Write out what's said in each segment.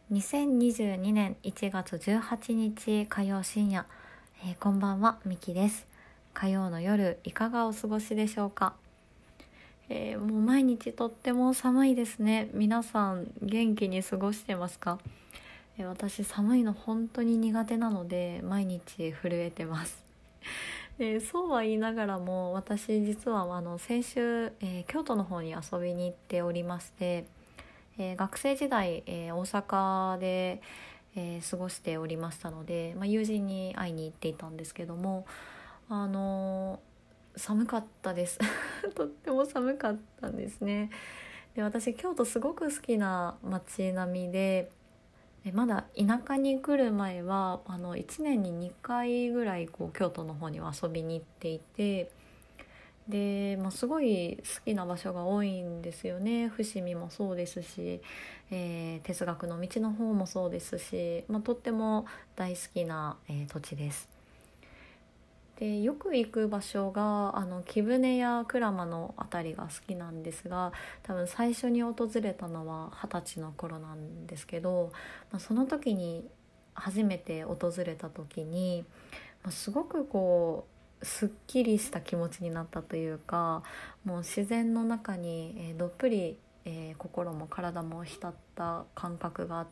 2022年1月18日火曜深夜、こんばんは、みきです。火曜の夜いかがお過ごしでしょうか。もう毎日とっても寒いですね。皆さん元気に過ごしてますか？私寒いの本当に苦手なので毎日震えてます。そうは言いながらも私実は先週、京都の方に遊びに行っておりまして、学生時代、大阪で、過ごしておりましたので、友人に会いに行っていたんですけども、あの寒かったですとっても寒かったんですね。で、私京都すごく好きな街並みで、まだ田舎に来る前は1年に2回ぐらい京都の方には遊びに行っていて、で、すごい好きな場所が多いんですよね。伏見もそうですし、哲学の道の方もそうですし、とっても大好きな、土地です。で、よく行く場所が貴船や鞍馬のあたりが好きなんですが、多分最初に訪れたのは20歳の頃なんですけど、その時に初めて訪れた時に、すごくすっきりした気持ちになったというか、もう自然の中に、どっぷり、心も体も浸った感覚があって、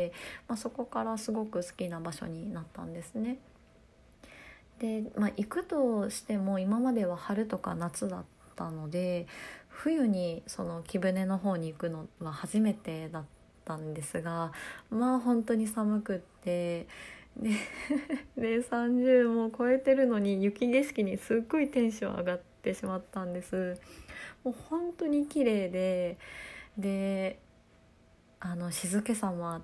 そこからすごく好きな場所になったんですね。で、行くとしても今までは春とか夏だったので、冬にその貴船の方に行くのは初めてだったんですが、本当に寒くって、でで30も超えてるのに雪景色にすっごいテンション上がってしまったんです。もう本当に綺麗で、静けさもあって、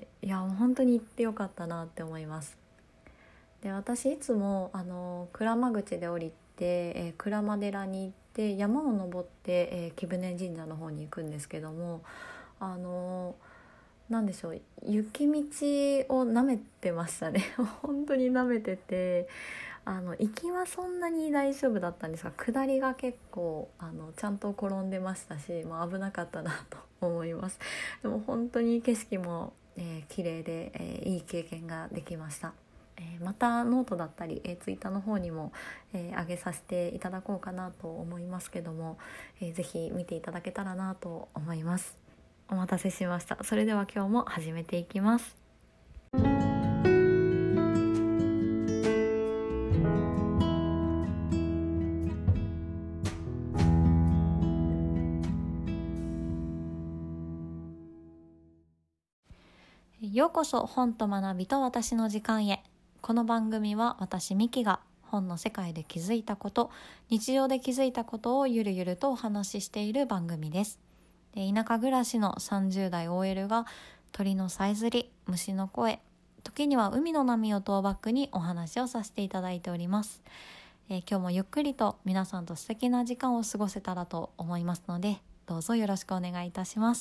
いや本当に行ってよかったなって思います。で、私いつも鞍馬口で降りて、鞍馬寺に行って山を登って、貴船神社の方に行くんですけども、なんでしょう、雪道を舐めてましたね本当に舐めてて、行きはそんなに大丈夫だったんですが、下りが結構ちゃんと転んでましたし、危なかったなと思います。でも本当に景色も、綺麗で、いい経験ができました。またノートだったり、ツイッターの方にも、上げさせていただこうかなと思いますけども、ぜひ見ていただけたらなと思います。お待たせしました。それでは今日も始めていきます。ようこそ本と学びと私の時間へ。この番組は私ミキが本の世界で気づいたこと、日常で気づいたことをゆるゆるとお話ししている番組です。で、田舎暮らしの30代 OL が鳥のさえずり、虫の声、時には海の波をトーバックにお話をさせていただいております。今日もゆっくりと皆さんと素敵な時間を過ごせたらと思いますので、どうぞよろしくお願いいたします。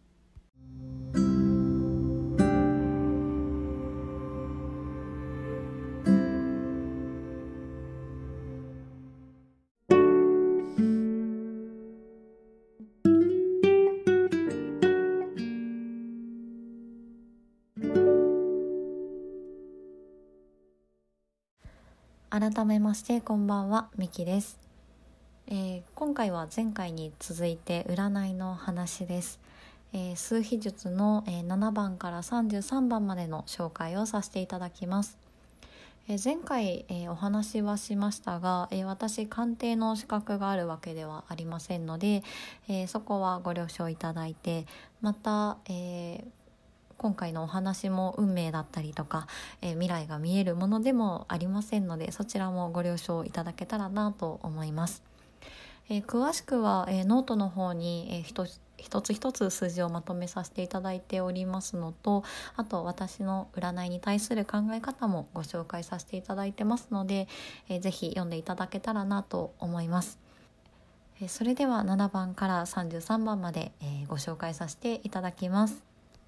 改めましてこんばんは、みきです。今回は前回に続いて占いの話です。数秘術の、7番から33番までの紹介をさせていただきます。前回、お話はしましたが、私鑑定の資格があるわけではありませんので、そこはご了承いただいて、また、今回のお話も運命だったりとか、未来が見えるものでもありませんので、そちらもご了承いただけたらなと思います。詳しくは、ノートの方に、一つ一つ数字をまとめさせていただいておりますのと、あと私の占いに対する考え方もご紹介させていただいてますので、ぜひ読んでいただけたらなと思います。それでは7番から33番まで、ご紹介させていただきます。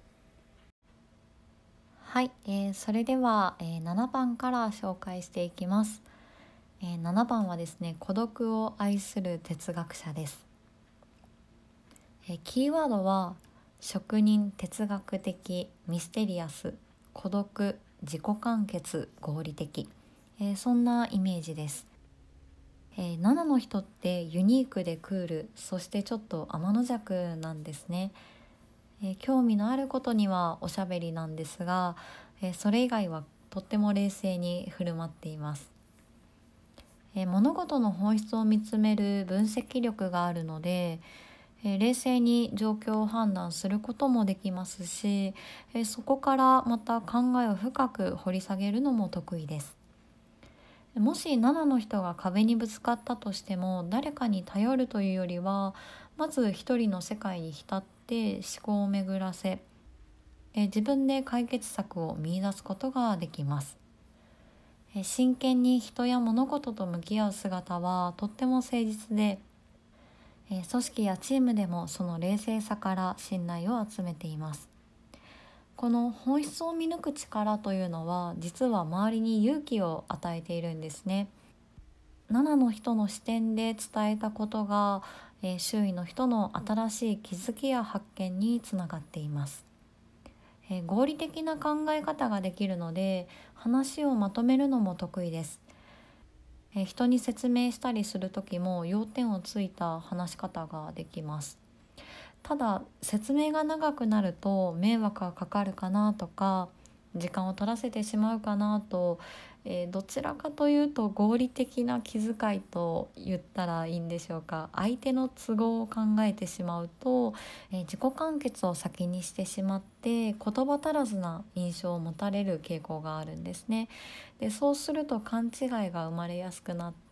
はい、それでは、7番から紹介していきます。7番はですね、孤独を愛する哲学者です。キーワードは職人、哲学的、ミステリアス、孤独、自己完結、合理的、そんなイメージです。7の人ってユニークでクール、そしてちょっと天の弱なんですね。興味のあることにはおしゃべりなんですが、それ以外はとっても冷静に振る舞っています。物事の本質を見つめる分析力があるので、冷静に状況を判断することもできますし、そこからまた考えを深く掘り下げるのも得意です。もし7の人が壁にぶつかったとしても、誰かに頼るというよりは、まず一人の世界に浸って思考を巡らせ、自分で解決策を見出すことができます。真剣に人や物事と向き合う姿はとっても誠実で、組織やチームでもその冷静さから信頼を集めています。この本質を見抜く力というのは、実は周りに勇気を与えているんですね。7の人の視点で伝えたことが、周囲の人の新しい気づきや発見につながっています。合理的な考え方ができるので、話をまとめるのも得意です。人に説明したりする時も要点をついた話し方ができます。ただ説明が長くなると迷惑がかかるかなとか、時間を取らせてしまうかなと、どちらかというと合理的な気遣いと言ったらいいんでしょうか、相手の都合を考えてしまうと、自己完結を先にしてしまって言葉足らずな印象を持たれる傾向があるんですね。でそうすると勘違いが生まれやすくなって、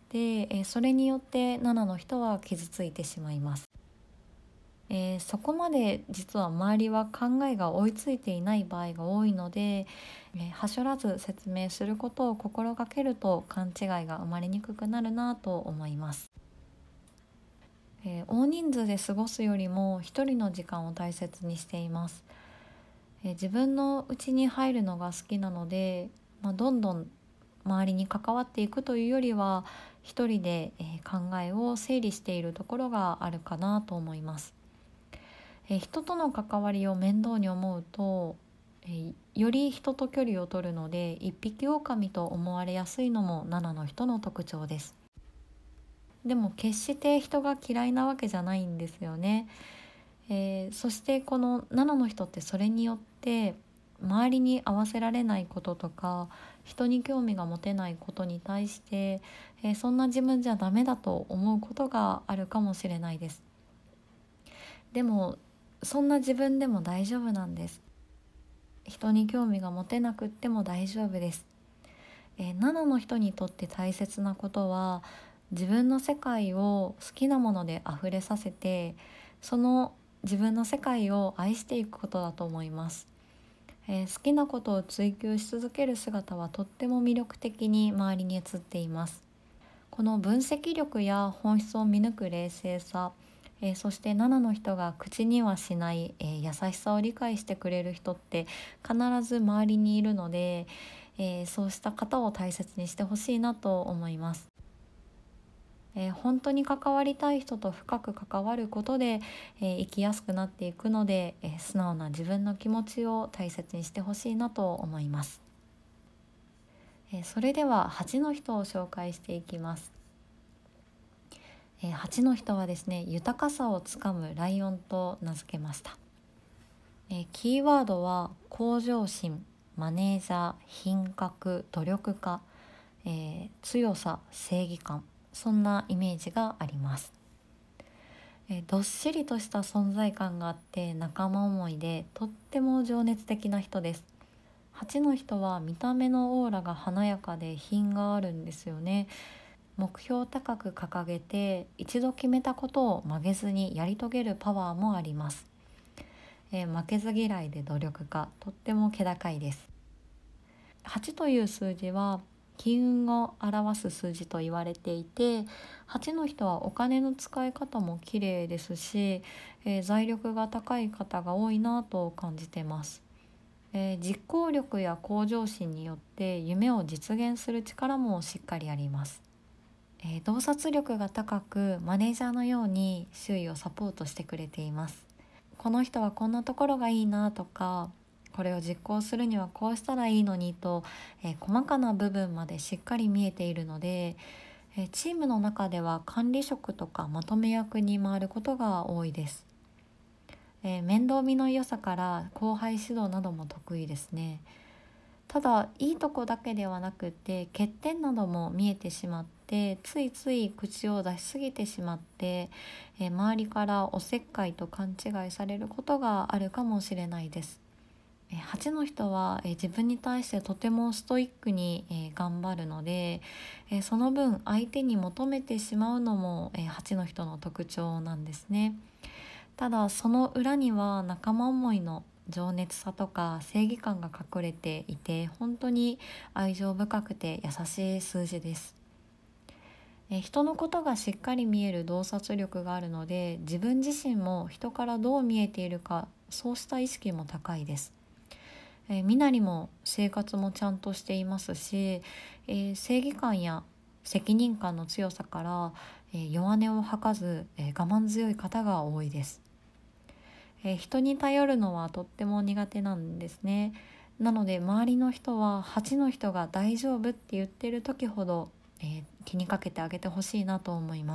それによって7の人は傷ついてしまいます。そこまで実は周りは考えが追いついていない場合が多いので、はしょらず説明することを心がけると勘違いが生まれにくくなるなと思います。大人数で過ごすよりも一人の時間を大切にしています。自分の家に入るのが好きなので、どんどん周りに関わっていくというよりは一人で、考えを整理しているところがあるかなと思います。人との関わりを面倒に思うと、より人と距離を取るので一匹狼と思われやすいのも7の人の特徴です。でも決して人が嫌いなわけじゃないんですよね。そしてこの7の人ってそれによって周りに合わせられないこととか人に興味が持てないことに対して、そんな自分じゃダメだと思うことがあるかもしれないです。でもそんな自分でも大丈夫なんです。人に興味が持てなくっても大丈夫です。7の人にとって大切なことは、自分の世界を好きなもので溢れさせて、その自分の世界を愛していくことだと思います。好きなことを追求し続ける姿はとっても魅力的に周りに映っています。この分析力や本質を見抜く冷静さ、そして7の人が口にはしない、優しさを理解してくれる人って必ず周りにいるので、そうした方を大切にしてほしいなと思います。本当に関わりたい人と深く関わることで、生きやすくなっていくので、素直な自分の気持ちを大切にしてほしいなと思います。それでは8の人を紹介していきます。8の人はですね、豊かさをつかむライオンと名付けました。キーワードは向上心、マネージャー、品格、努力家、強さ、正義感、そんなイメージがあります。どっしりとした存在感があって仲間思いでとっても情熱的な人です。8の人は見た目のオーラが華やかで品があるんですよね。目標を高く掲げて一度決めたことを曲げずにやり遂げるパワーもあります。負けず嫌いで努力家、とっても気高いです。8という数字は金運を表す数字と言われていて、8の人はお金の使い方も綺麗ですし、財力が高い方が多いなと感じてます。実行力や向上心によって夢を実現する力もしっかりあります。洞察力が高くマネージャーのように周囲をサポートしてくれています。 この人はこんなところがいいなとか、これを実行するにはこうしたらいいのにと、細かな部分までしっかり見えているので、チームの中では管理職とかまとめ役に回ることが多いです。面倒見の良さから後輩指導なども得意ですね。ただいいとこだけではなくて欠点なども見えてしまって、ついつい口を出しすぎてしまって、周りからおせっかいと勘違いされることがあるかもしれないです。8の人は自分に対してとてもストイックに頑張るので、その分相手に求めてしまうのも8の人の特徴なんですね。ただその裏には仲間思いの情熱さとか正義感が隠れていて、本当に愛情深くて優しい数字です。人のことがしっかり見える洞察力があるので、自分自身も人からどう見えているか、そうした意識も高いです。身なりも生活もちゃんとしていますし、正義感や責任感の強さから、弱音を吐かず、我慢強い方が多いです。人に頼るのはとっても苦手なんですね。なので周りの人は8の人が大丈夫って言ってる時ほど、気にかけてあげてほしいなと思います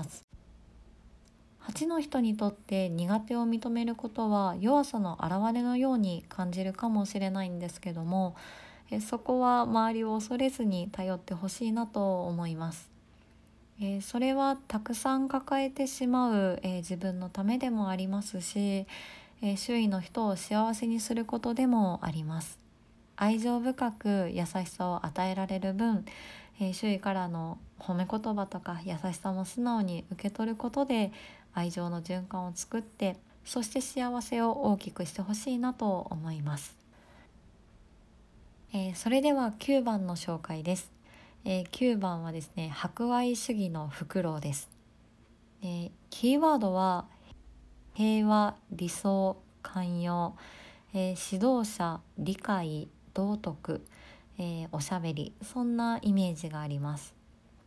。8の人にとって苦手を認めることは弱さの表れのように感じるかもしれないんですけども、そこは周りを恐れずに頼ってほしいなと思います。それはたくさん抱えてしまう、自分のためでもありますし、周囲の人を幸せにすることでもあります。愛情深く優しさを与えられる分、周囲からの褒め言葉とか優しさも素直に受け取ることで愛情の循環を作って、そして幸せを大きくしてほしいなと思います。それでは9番の紹介です。9番はですね、博愛主義のフクロウです。キーワードは平和、理想、寛容、指導者、理解、道徳、おしゃべり、そんなイメージがあります。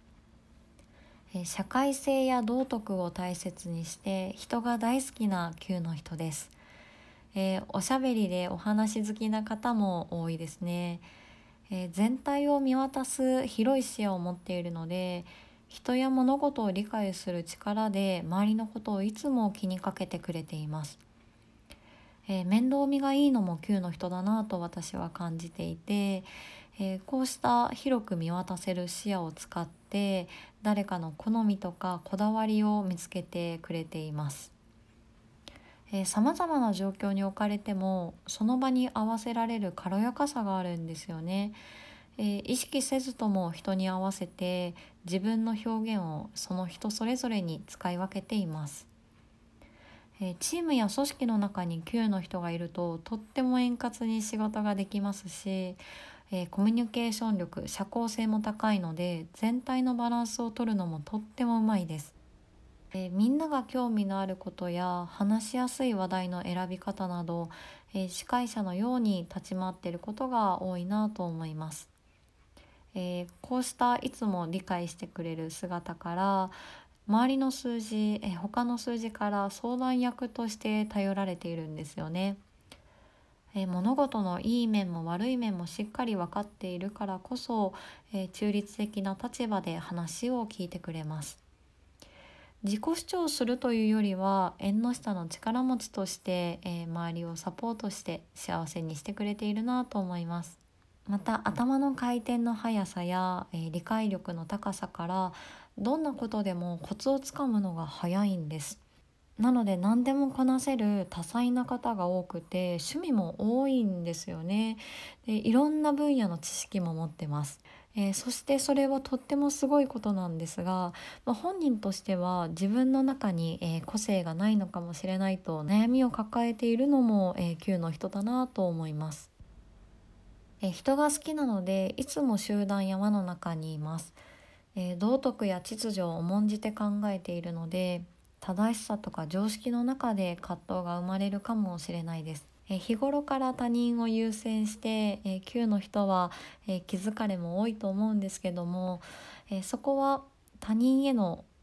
社会性や道徳を大切にして人が大好きな9の人です。おしゃべりでお話好きな方も多いですね。全体を見渡す広い視野を持っているので、人や物事を理解する力で周りのことをいつも気にかけてくれています。面倒見がいいのも9の人だなと私は感じていて、こうした広く見渡せる視野を使って誰かの好みとかこだわりを見つけてくれています。さまざまな状況に置かれてもその場に合わせられる軽やかさがあるんですよね。意識せずとも人に合わせて自分の表現をその人それぞれに使い分けています。チームや組織の中に9の人がいるととっても円滑に仕事ができますし、コミュニケーション力、社交性も高いので全体のバランスを取るのもとってもうまいです。みんなが興味のあることや話しやすい話題の選び方など、司会者のように立ち回っていることが多いなと思います。こうしたいつも理解してくれる姿から周りの数字、他の数字から相談役として頼られているんですよね。物事のいい面も悪い面もしっかり分かっているからこそ、中立的な立場で話を聞いてくれます。自己主張するというよりは縁の下の力持ちとして、周りをサポートして幸せにしてくれているなと思います。また頭の回転の速さや、理解力の高さからどんなことでもコツをつかむのが早いんです。なので何でもこなせる多彩な方が多くて趣味も多いんですよね。でいろんな分野の知識も持ってます。そしてそれはとってもすごいことなんですが、本人としては自分の中に、個性がないのかもしれないと悩みを抱えているのも、9の人だなと思います。人が好きなのでいつも集団や輪の中にいます。道徳や秩序を重んじて考えているので正しさとか常識の中で葛藤が生まれるかもしれないです。日頃から他人を優先して、9の人は、気づかれも多いと思うんですけども、そこは他人への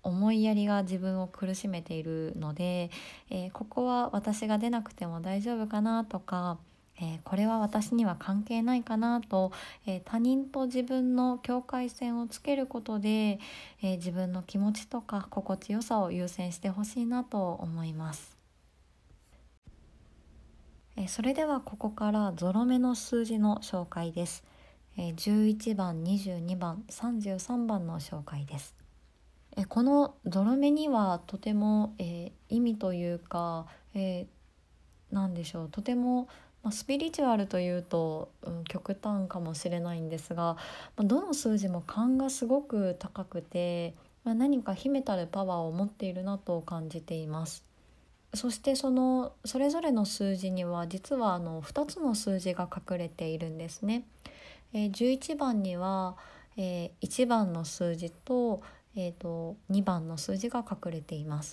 思いやりが自分を苦しめているので、ここは私が出なくても大丈夫かなとか、これは私には関係ないかなと、他人と自分の境界線をつけることで、自分の気持ちとか心地よさを優先してほしいなと思います。それではここからゾロ目の数字の紹介です。11番、22番、33番の紹介です。このゾロ目にはとても、意味というか、何でしょう、とても、スピリチュアルというと、極端かもしれないんですが、どの数字も勘がすごく高くて、何か秘めたるパワーを持っているなと感じています。そしてそれぞれの数字には実は2つの数字が隠れているんですね。11番には、1番の数字と、2番の数字が隠れています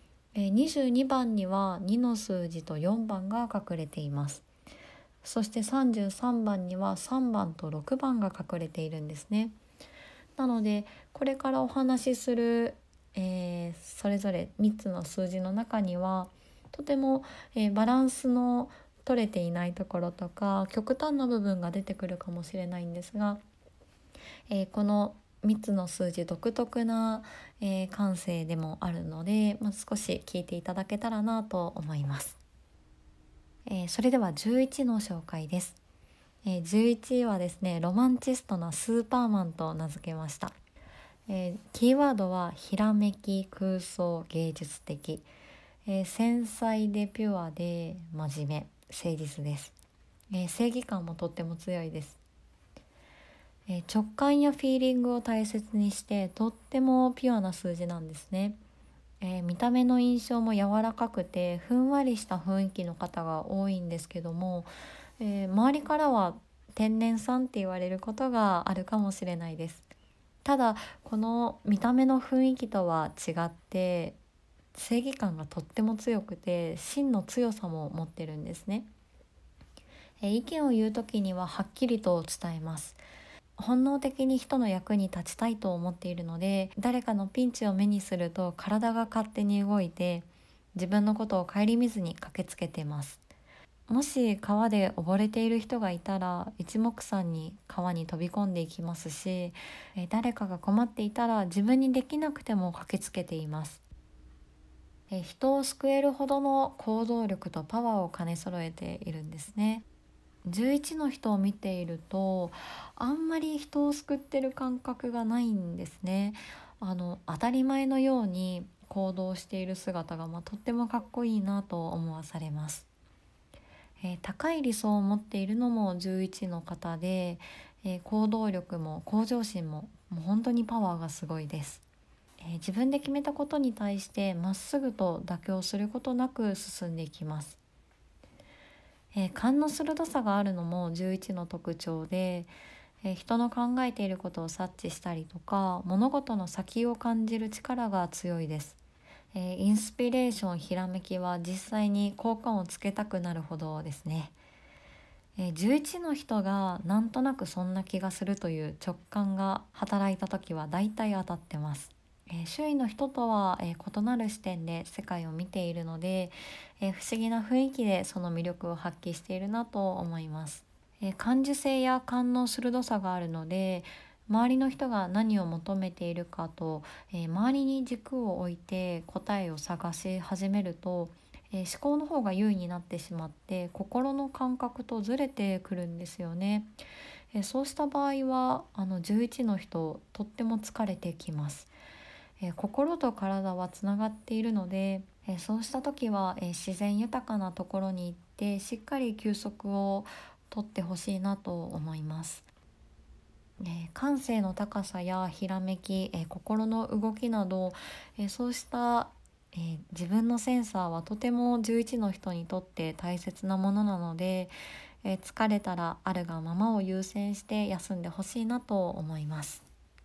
。22番には2の数字と4番が隠れています。そして33番には3番と6番が隠れているんですね。なのでこれからお話しする、それぞれ3つの数字の中にはとても、バランスの取れていないところとか極端な部分が出てくるかもしれないんですが、この3つの数字独特な、感性でもあるので、少し聞いていただけたらなと思います。それでは11の紹介です。11はですね、ロマンチストなスーパーマンと名付けました。キーワードはひらめき、空想、芸術的、繊細でピュアで真面目、誠実です。正義感もとっても強いです。直感やフィーリングを大切にしてとってもピュアな数字なんですね。見た目の印象も柔らかくてふんわりした雰囲気の方が多いんですけども、周りからは天然さんって言われることがあるかもしれないです。ただこの見た目の雰囲気とは違って正義感がとっても強くて芯の強さも持ってるんですね。意見を言う時にははっきりと伝えます。本能的に人の役に立ちたいと思っているので、誰かのピンチを目にすると体が勝手に動いて自分のことを顧みずに駆けつけています。もし川で溺れている人がいたら一目散に川に飛び込んでいきますし、誰かが困っていたら自分にできなくても駆けつけています。人を救えるほどの行動力とパワーを兼ね揃えているんですね。11の人を見ているとあんまり人を救ってる感覚がないんですね。当たり前のように行動している姿が、とってもかっこいいなと思わされます。高い理想を持っているのも11の方で、行動力も向上心もう本当にパワーがすごいです。自分で決めたことに対してまっすぐと妥協することなく進んでいきます。勘の鋭さがあるのも11の特徴で、人の考えていることを察知したりとか物事の先を感じる力が強いです。インスピレーション、ひらめきは実際に効果をつけたくなるほどですね。11の人がなんとなくそんな気がするという直感が働いた時は大体当たってます。周囲の人とは、異なる視点で世界を見ているので、不思議な雰囲気でその魅力を発揮しているなと思います。感受性や感の鋭さがあるので周りの人が何を求めているかと、周りに軸を置いて答えを探し始めると、思考の方が優位になってしまって心の感覚とずれてくるんですよね。そうした場合は11の人とっても疲れてきます。心と体はつながっているので、そうした時は、自然豊かなところに行ってしっかり休息をとってほしいなと思います。感性の高さやひらめき、心の動きなど、そうした、自分のセンサーはとても11の人にとって大切なものなので、疲れたらあるがままを優先して休んでほしいなと思います。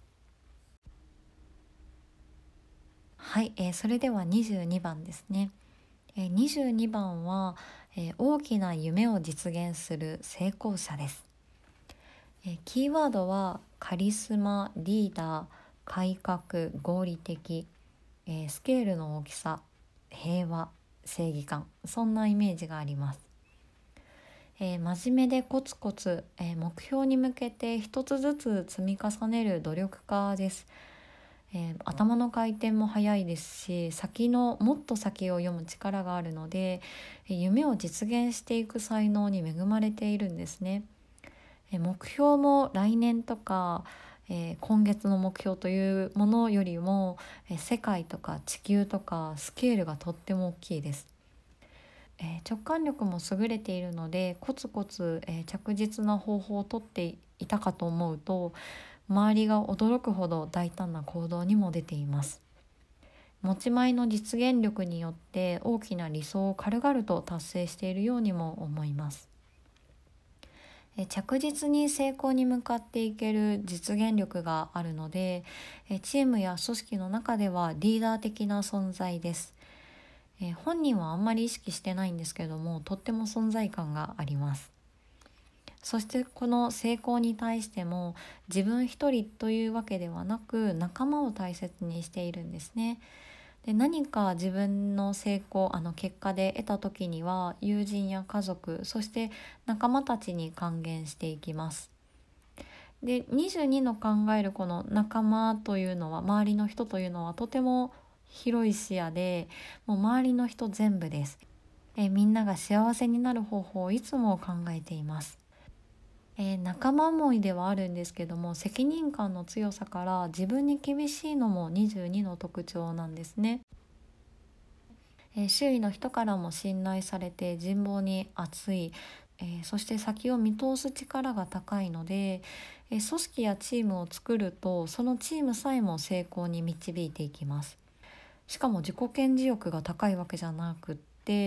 はい、それでは22番ですね。22番は、大きな夢を実現する成功者です。キーワードはカリスマ、リーダー、改革、合理的、 スケールの大きさ、平和、正義感、そんなイメージがあります。真面目でコツコツ、目標に向けて一つずつ積み重ねる努力家です。頭の回転も速いですし、もっと先を読む力があるので、夢を実現していく才能に恵まれているんですね。目標も来年とか、今月の目標というものよりも、世界とか地球とかスケールがとっても大きいです。直感力も優れているので、コツコツ、着実な方法をとっていたかと思うと、周りが驚くほど大胆な行動にも出ています。持ち前の実現力によって大きな理想を軽々と達成しているようにも思います。着実に成功に向かっていける実現力があるので、チームや組織の中ではリーダー的な存在です。本人はあんまり意識してないんですけども、とっても存在感があります。そしてこの成功に対しても、自分一人というわけではなく仲間を大切にしているんですね。で、何か自分の成功、結果で得た時には友人や家族、そして仲間たちに還元していきます。で、22の考えるこの仲間というのは、周りの人というのはとても広い視野で、もう周りの人全部です。みんなが幸せになる方法をいつも考えています。仲間思いではあるんですけども、責任感の強さから自分に厳しいのも22の特徴なんですね。周囲の人からも信頼されて人望に厚い、そして先を見通す力が高いので、組織やチームを作るとそのチームさえも成功に導いていきます。しかも自己顕示欲が高いわけじゃなくって、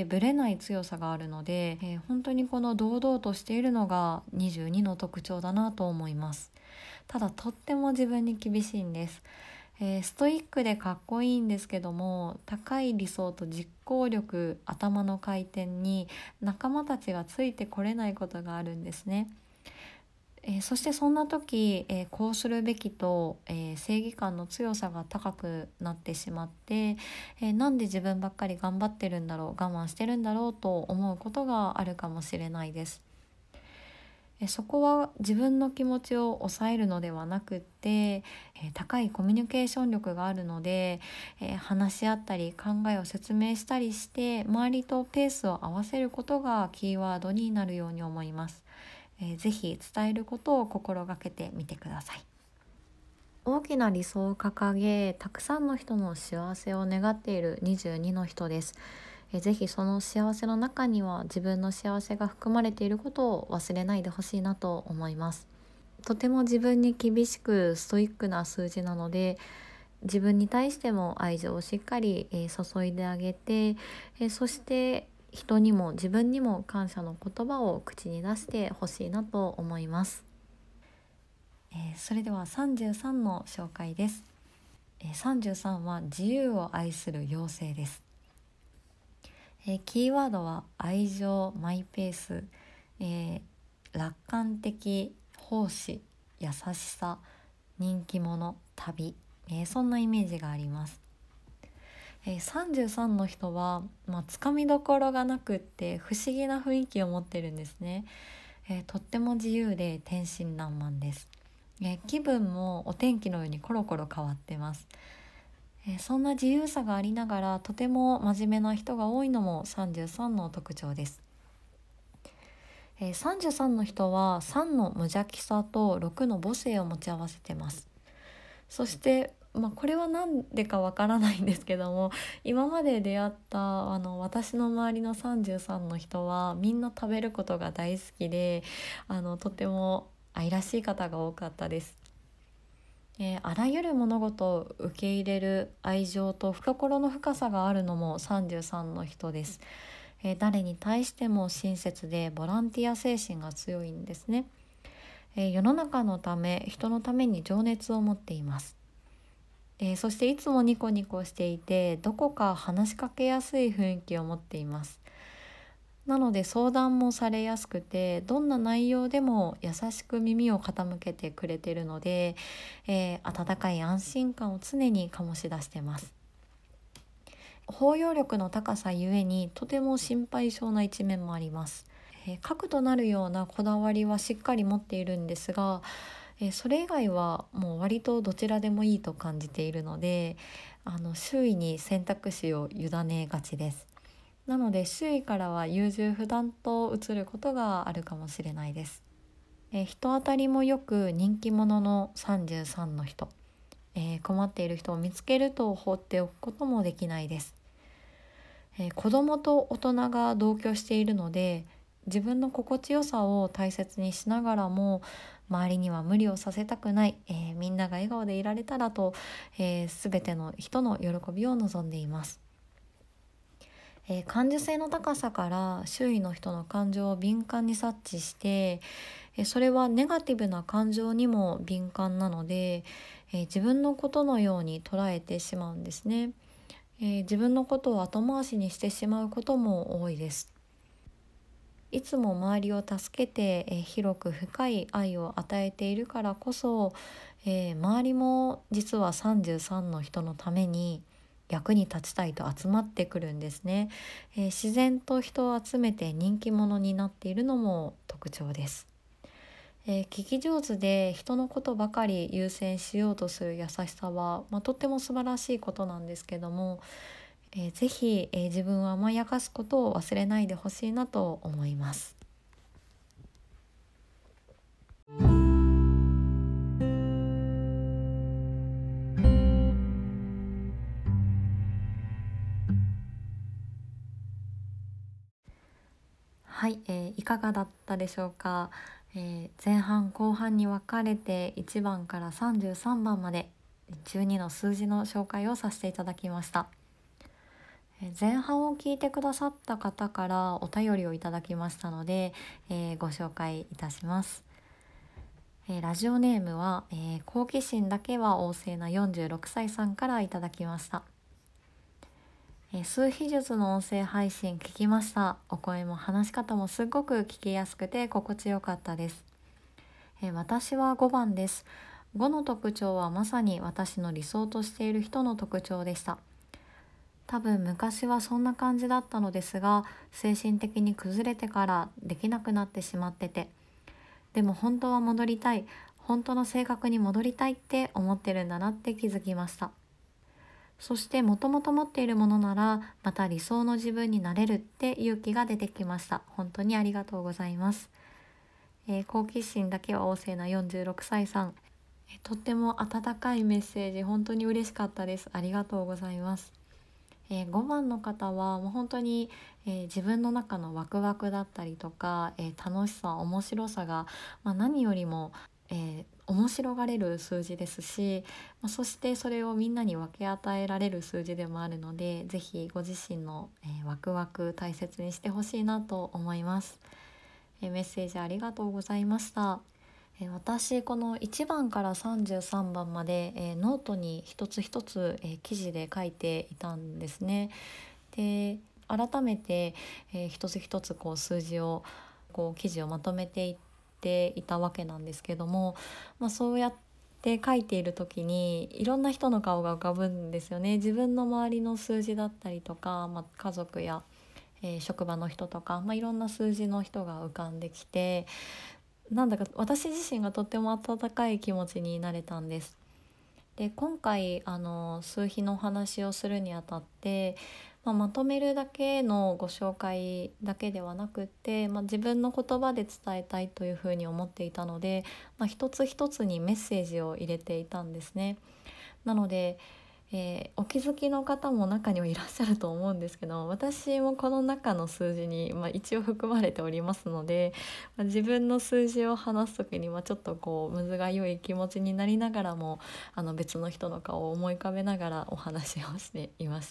ぶれない強さがあるので、本当にこの堂々としているのが22の特徴だなと思います。ただとっても自分に厳しいんです。ストイックでかっこいいんですけども、高い理想と実行力、頭の回転に仲間たちがついてこれないことがあるんですね。そしてそんな時、こうするべきと、正義感の強さが高くなってしまって、なんで自分ばっかり頑張ってるんだろう、我慢してるんだろうと思うことがあるかもしれないです。そこは自分の気持ちを抑えるのではなくって、高いコミュニケーション力があるので、話し合ったり考えを説明したりして周りとペースを合わせることがキーワードになるように思います。ぜひ伝えることを心がけてみてください。大きな理想を掲げ、たくさんの人の幸せを願っている22の人です。ぜひその幸せの中には自分の幸せが含まれていることを忘れないでほしいなと思います。とても自分に厳しくストイックな数字なので、自分に対しても愛情をしっかり注いであげて、そして人にも自分にも感謝の言葉を口に出してほしいなと思います。それでは33の紹介です。33は自由を愛する妖精です。キーワードは愛情、マイペース、楽観的、奉仕、優しさ、人気者、旅、そんなイメージがあります。33の人は、つかみどころがなくって不思議な雰囲気を持ってるんですね。とっても自由で天真爛漫です。気分もお天気のようにコロコロ変わってます。そんな自由さがありながらとても真面目な人が多いのも33の特徴です。33の人は3の無邪気さと6の母性を持ち合わせてます。そして、これは何でかわからないんですけども、今まで出会った私の周りの33の人はみんな食べることが大好きで、とても愛らしい方が多かったです。あらゆる物事を受け入れる愛情と懐の深さがあるのも33の人です。誰に対しても親切でボランティア精神が強いんですね。世の中のため、人のために情熱を持っています。そしていつもニコニコしていて、どこか話しかけやすい雰囲気を持っています。なので相談もされやすくて、どんな内容でも優しく耳を傾けてくれているので、温かい安心感を常に醸し出してます。 包容力の高さゆえにとても心配性な一面もあります。核となるようなこだわりはしっかり持っているんですが、それ以外はもう割とどちらでもいいと感じているので、周囲に選択肢を委ねがちです。なので周囲からは優柔不断と映ることがあるかもしれないです。人当たりもよく人気者の33の人、困っている人を見つけると放っておくこともできないです。子供と大人が同居しているので、自分の心地よさを大切にしながらも周りには無理をさせたくない、みんなが笑顔でいられたらと、全ての人の喜びを望んでいます。感受性の高さから周囲の人の感情を敏感に察知して、それはネガティブな感情にも敏感なので、自分のことのように捉えてしまうんですね。自分のことを後回しにしてしまうことも多いです。いつも周りを助けて、広く深い愛を与えているからこそ、周りも実は33の人のために役に立ちたいと集まってくるんですね。自然と人を集めて人気者になっているのも特徴です。聞き上手で人のことばかり優先しようとする優しさは、とっても素晴らしいことなんですけども、ぜひ、自分を甘やかすことを忘れないでほしいなと思います。はい、いかがだったでしょうか。前半後半に分かれて1番から33番まで12の数字の紹介をさせていただきました。前半を聞いてくださった方からお便りをいただきましたので、ご紹介いたします。ラジオネームは、好奇心だけは旺盛な46歳さんからいただきました。数秘術の音声配信聞きました。お声も話し方もすごく聞きやすくて心地よかったです。私は5番です。5の特徴はまさに私の理想としている人の特徴でした。多分昔はそんな感じだったのですが、精神的に崩れてからできなくなってしまってて、でも本当は戻りたい、本当の性格に戻りたいって思ってるんだなって気づきました。そしてもともと持っているものならまた理想の自分になれるって勇気が出てきました。本当にありがとうございます。好奇心だけは旺盛な46歳さん、とっても温かいメッセージ本当に嬉しかったです。ありがとうございます。5番の方はもう本当に、自分の中のワクワクだったりとか、楽しさ面白さが、何よりも、面白がれる数字ですし、そしてそれをみんなに分け与えられる数字でもあるので、ぜひご自身の、ワクワク大切にしてほしいなと思います。メッセージありがとうございました。私この1番から33番まで、ノートに一つ一つ、記事で書いていたんですね。で改めて、一つ一つこう数字を記事をまとめていっていたわけなんですけども、そうやって書いている時にいろんな人の顔が浮かぶんですよね。自分の周りの数字だったりとか、家族や、職場の人とか、いろんな数字の人が浮かんできて、なんだか私自身がとっても温かい気持ちになれたんです。で今回数比のお話をするにあたって、まとめるだけのご紹介だけではなくって、自分の言葉で伝えたいというふうに思っていたので、一つ一つにメッセージを入れていたんですね。なので、お気づきの方も中にはいらっしゃると思うんですけど、私もこの中の数字に、一応含まれておりますので、自分の数字を話す時にはちょっとむずがゆい気持ちになりながらも、別の人の顔を思い浮かべながらお話をしていました。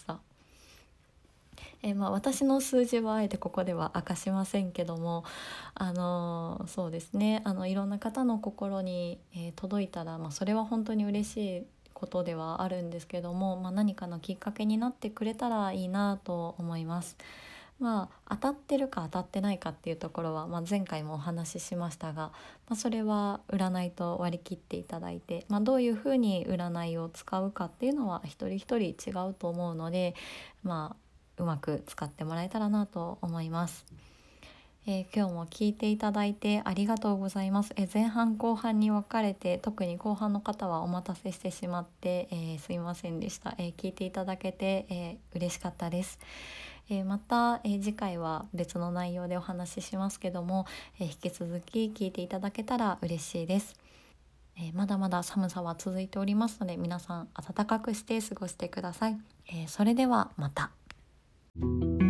私の数字はあえてここでは明かしませんけども、そうですね、いろんな方の心に、届いたら、それは本当に嬉しいことではあるんですけども、何かのきっかけになってくれたらいいなと思います。 当たってるか当たってないかっていうところは、前回もお話ししましたが、それは占いと割り切っていただいて、どういうふうに占いを使うかっていうのは一人一人違うと思うので、うまく使ってもらえたらなと思います。今日も聞いていただいてありがとうございます。前半後半に分かれて、特に後半の方はお待たせしてしまって、すいませんでした。聞いていただけて、嬉しかったです。また、次回は別の内容でお話ししますけども、引き続き聞いていただけたら嬉しいです。まだまだ寒さは続いておりますので、皆さん暖かくして過ごしてください。それではまた。